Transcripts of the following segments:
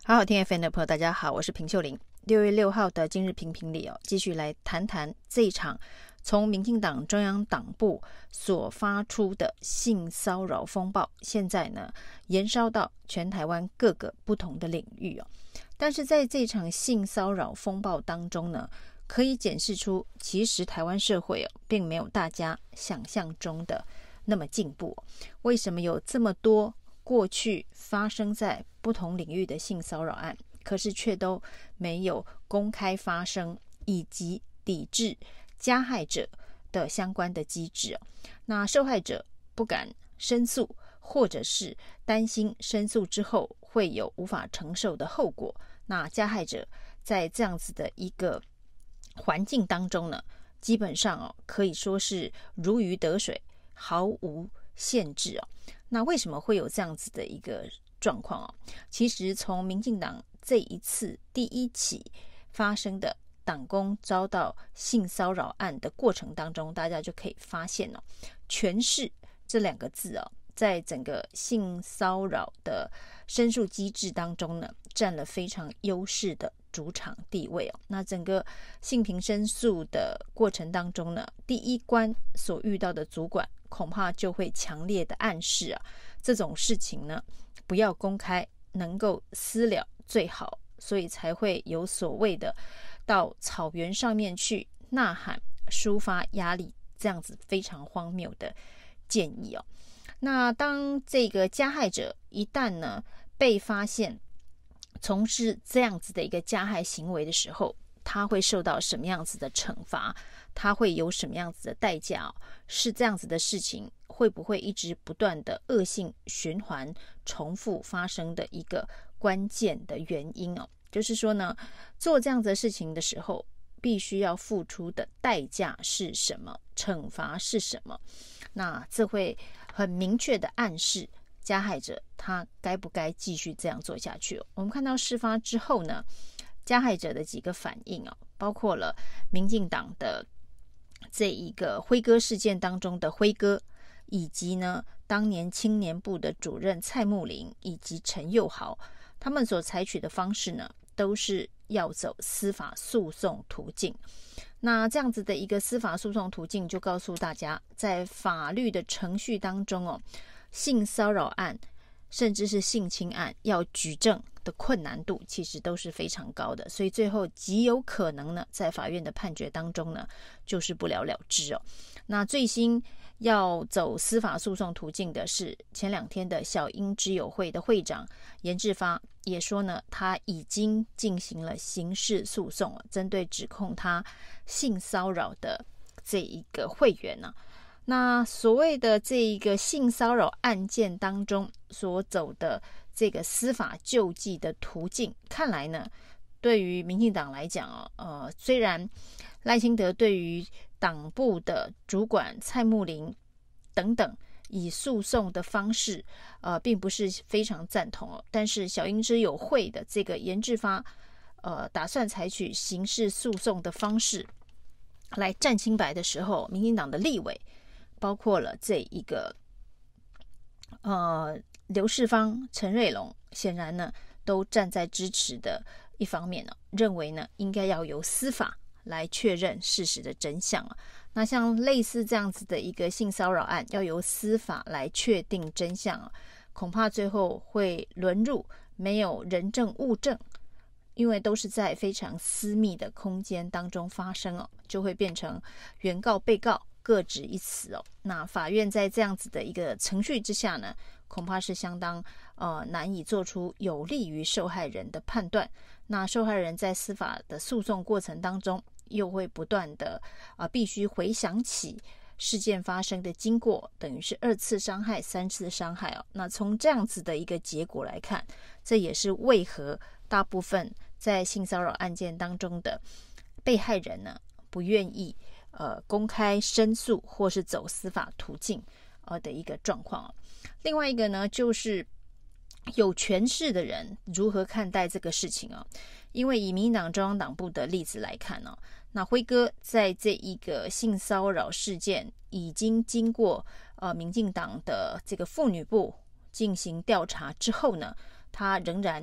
好好听 FM 的朋友大家好，我是平秀玲。6月6号的今日评评里继续来谈谈这一场从民进党中央党部所发出的性骚扰风暴，现在呢延烧到全台湾各个不同的领域但是在这场性骚扰风暴当中呢，可以检视出其实台湾社会并没有大家想象中的那么进步。为什么有这么多过去发生在不同领域的性骚扰案，可是却都没有公开发生以及抵制加害者的相关的机制那受害者不敢申诉，或者是担心申诉之后会有无法承受的后果，那加害者在这样子的一个环境当中呢，基本上可以说是如鱼得水，毫无限制那为什么会有这样子的一个状况其实从民进党这一次第一起发生的党工遭到性骚扰案的过程当中，大家就可以发现权势这两个字在整个性骚扰的申诉机制当中呢，占了非常优势的主场地位那整个性平申诉的过程当中呢，第一关所遇到的主管恐怕就会强烈的暗示这种事情呢不要公开，能够私了最好，所以才会有所谓的到草原上面去呐喊抒发压力，这样子非常荒谬的建议那当这个加害者一旦呢被发现从事这样子的一个加害行为的时候，他会受到什么样子的惩罚，他会有什么样子的代价是这样子的事情会不会一直不断的恶性循环重复发生的一个关键的原因就是说呢，做这样子的事情的时候必须要付出的代价是什么，惩罚是什么，那这会很明确的暗示加害者他该不该继续这样做下去我们看到事发之后呢，加害者的几个反应包括了民进党的这一个辉哥事件当中的辉哥，以及呢当年青年部的主任蔡慕林以及陈佑豪，他们所采取的方式呢都是要走司法诉讼途径。那这样子的一个司法诉讼途径就告诉大家，在法律的程序当中性骚扰案甚至是性侵案要举证的困难度其实都是非常高的，所以最后极有可能呢在法院的判决当中呢就是不了了之那最新要走司法诉讼途径的是前2天的小英之友会的会长严志发也说呢，他已经进行了刑事诉讼针对指控他性骚扰的这一个会员那所谓的这一个性骚扰案件当中所走的这个司法救济的途径，看来呢对于民进党来讲虽然赖清德对于党部的主管蔡慕林等等以诉讼的方式并不是非常赞同但是小英之友会的这个严志发打算采取刑事诉讼的方式来占清白的时候，民进党的立委包括了这一个刘世芳、陈瑞龙，显然呢都站在支持的一方面认为呢应该要由司法来确认事实的真相那像类似这样子的一个性骚扰案，要由司法来确定真相恐怕最后会沦入没有人证物证，因为都是在非常私密的空间当中发生就会变成原告被告各执一词那法院在这样子的一个程序之下呢，恐怕是相当难以做出有利于受害人的判断。那受害人在司法的诉讼过程当中，又会不断的必须回想起事件发生的经过，等于是2次伤害、3次伤害那从这样子的一个结果来看，这也是为何大部分在性骚扰案件当中的被害人呢不愿意公开申诉或是走司法途径的一个状况另外一个呢，就是有权势的人如何看待这个事情因为以民进党中央党部的例子来看那辉哥在这一个性骚扰事件已经经过民进党的这个妇女部进行调查之后呢，他仍然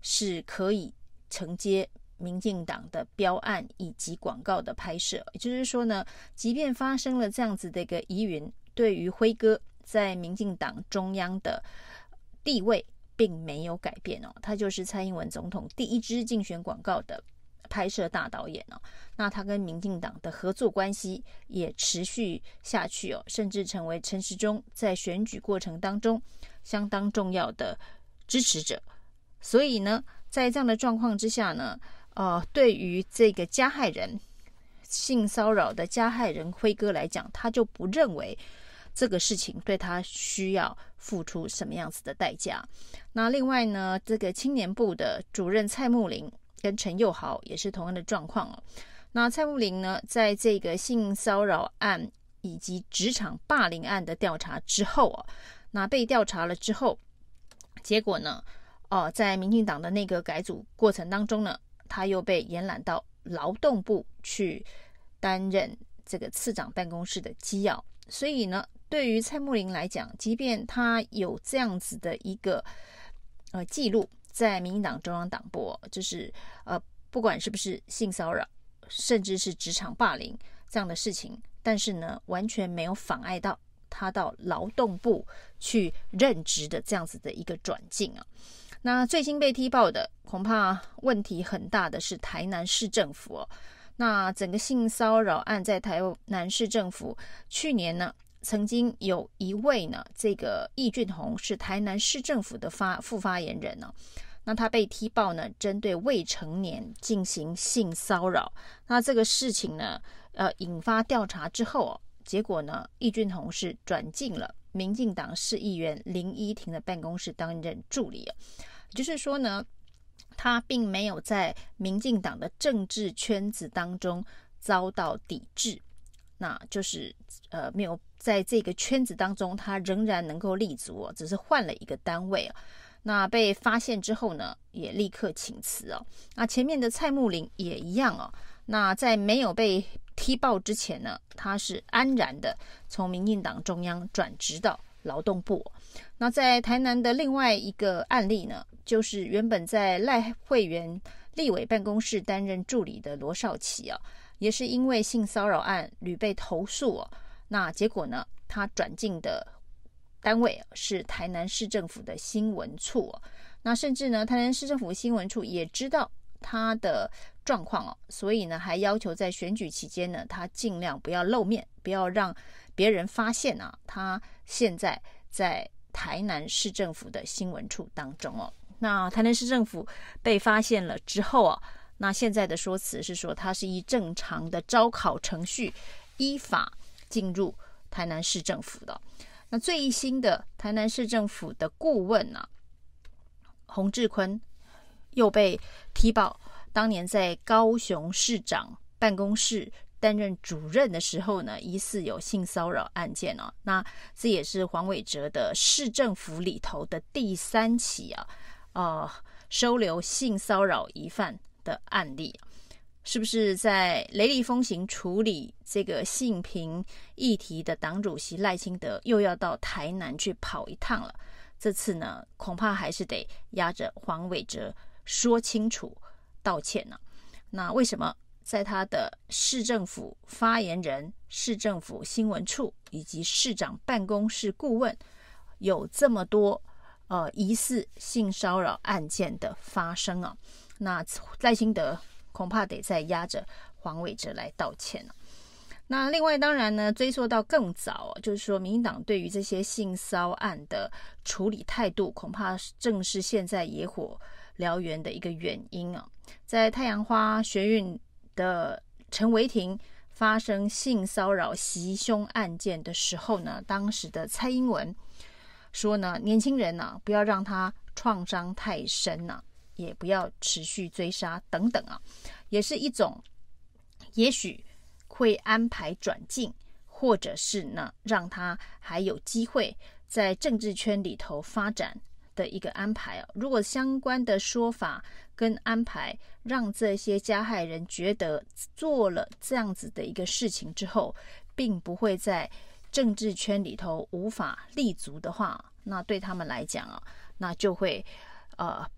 是可以承接民进党的标案以及广告的拍摄。也就是说呢，即便发生了这样子的一个疑云，对于辉哥在民进党中央的地位并没有改变哦，他就是蔡英文总统第一支竞选广告的拍摄大导演哦。那他跟民进党的合作关系也持续下去哦，甚至成为陈时中在选举过程当中相当重要的支持者。所以呢，在这样的状况之下呢，对于这个加害人性骚扰的加害人辉哥来讲，他就不认为这个事情对他需要付出什么样子的代价。那另外呢，这个青年部的主任蔡慕林跟陈佑豪也是同样的状况哦。那蔡慕林呢，在这个性骚扰案以及职场霸凌案的调查之后哦，那被调查了之后，结果呢，在民进党的内阁改组过程当中呢，他又被延揽到劳动部去担任这个次长办公室的机要。所以呢，对于蔡慕林来讲，即便他有这样子的一个记录在民进党中央党部，就是不管是不是性骚扰，甚至是职场霸凌这样的事情，但是呢，完全没有妨碍到他到劳动部去任职的这样子的一个转进啊。那最新被踢爆的，恐怕问题很大的是台南市政府哦。那整个性骚扰案在台南市政府去年呢，曾经有一位呢，这个易俊宏是台南市政府的副发言人呢，那他被踢爆呢，针对未成年进行性骚扰。那这个事情呢，引发调查之后哦，结果呢，易俊宏是转进了民进党市议员林依婷的办公室担任助理啊。也就是说呢，他并没有在民进党的政治圈子当中遭到抵制，那就是没有在这个圈子当中，他仍然能够立足哦，只是换了一个单位哦。那被发现之后呢，也立刻请辞哦。那前面的蔡慕林也一样哦。那在没有被踢爆之前呢，他是安然的从民进党中央转职到劳动部。那在台南的另外一个案例呢，就是原本在赖慧媛立委办公室担任助理的罗少奇啊，也是因为性骚扰案屡被投诉哦。那结果呢，他转进的单位是台南市政府的新闻处哦。那甚至呢，台南市政府新闻处也知道他的状况哦，所以呢，还要求在选举期间呢，他尽量不要露面，不要让别人发现啊，他现在在台南市政府的新闻处当中哦。那台南市政府被发现了之后啊，那现在的说辞是说，他是依正常的招考程序依法进入台南市政府的。那最新的台南市政府的顾问啊，洪志坤又被踢爆，当年在高雄市长办公室担任主任的时候呢，疑似有性骚扰案件哦。那这也是黄伟哲的市政府里头的第3起收留性骚扰疑犯的案例。是不是在雷厉风行处理这个性平议题的党主席赖清德又要到台南去跑一趟了？这次呢，恐怕还是得压着黄伟哲说清楚道歉呢。那为什么在他的市政府发言人、市政府新闻处以及市长办公室顾问有这么多疑似性骚扰案件的发生啊？那赖清德恐怕得再压着黄伟哲来道歉了。那另外当然呢，追溯到更早，就是说民进党对于这些性骚案的处理态度，恐怕正是现在野火燎原的一个原因啊。在太阳花学运的陈维廷发生性骚扰袭胸案件的时候呢，当时的蔡英文说呢，年轻人啊，不要让他创伤太深啊，也不要持续追杀等等啊，也是一种也许会安排转进，或者是呢让他还有机会在政治圈里头发展的一个安排啊。如果相关的说法跟安排让这些加害人觉得做了这样子的一个事情之后，并不会在政治圈里头无法立足的话，那对他们来讲啊，那就会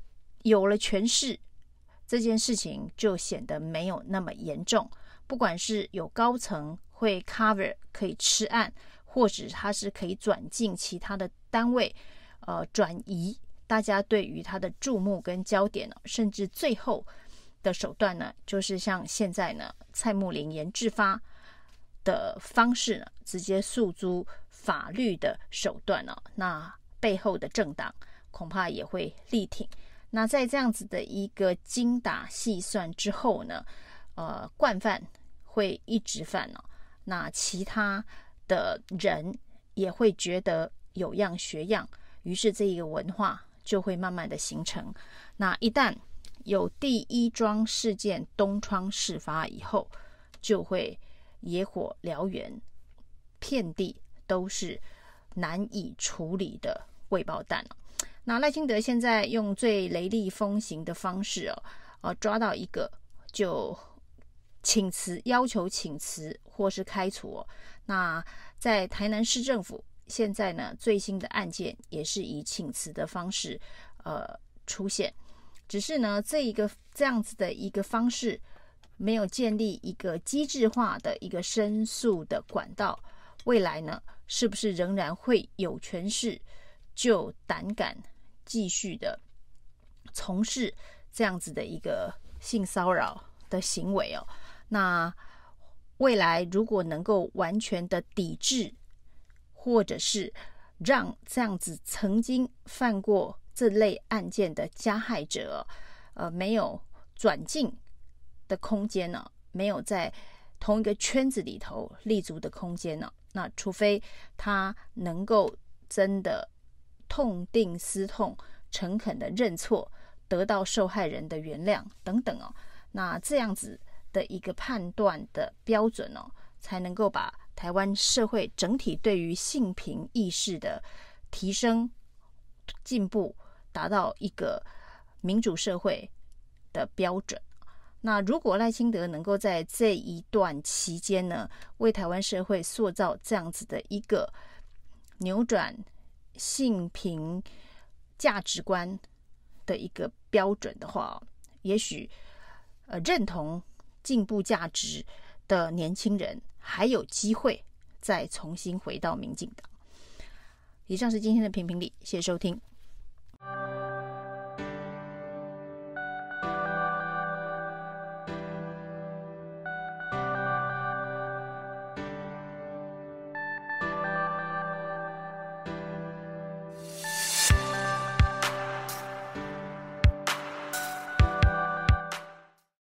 有了权势，这件事情就显得没有那么严重。不管是有高层会 cover 可以吃案，或者他是可以转进其他的单位，转移大家对于他的注目跟焦点，甚至最后的手段呢，就是像现在呢蔡慕林研制发的方式呢，直接诉诸法律的手段呢，那背后的政党恐怕也会力挺。那在这样子的一个精打细算之后呢，惯犯会一直犯哦，那其他的人也会觉得有样学样，于是这一个文化就会慢慢的形成。那一旦有第一桩事件东窗事发以后，就会野火燎原，遍地都是难以处理的未爆弹。那赖清德现在用最雷厉风行的方式抓到一个就请辞，要求请辞或是开除那在台南市政府现在呢，最新的案件也是以请辞的方式出现，只是呢这样子的一个方式没有建立一个机制化的一个申诉的管道，未来呢是不是仍然会有权势就胆敢继续的从事这样子的一个性骚扰的行为那未来如果能够完全的抵制，或者是让这样子曾经犯过这类案件的加害者没有转进的空间呢，没有在同一个圈子里头立足的空间呢，那除非他能够真的痛定思痛，诚恳的认错，得到受害人的原谅等等那这样子的一个判断的标准才能够把台湾社会整体对于性平意识的提升进步达到一个民主社会的标准。那如果赖清德能够在这一段期间呢，为台湾社会塑造这样子的一个扭转性平价值观的一个标准的话，也许认同进步价值的年轻人还有机会再重新回到民进党。以上是今天的评评理，谢谢收听。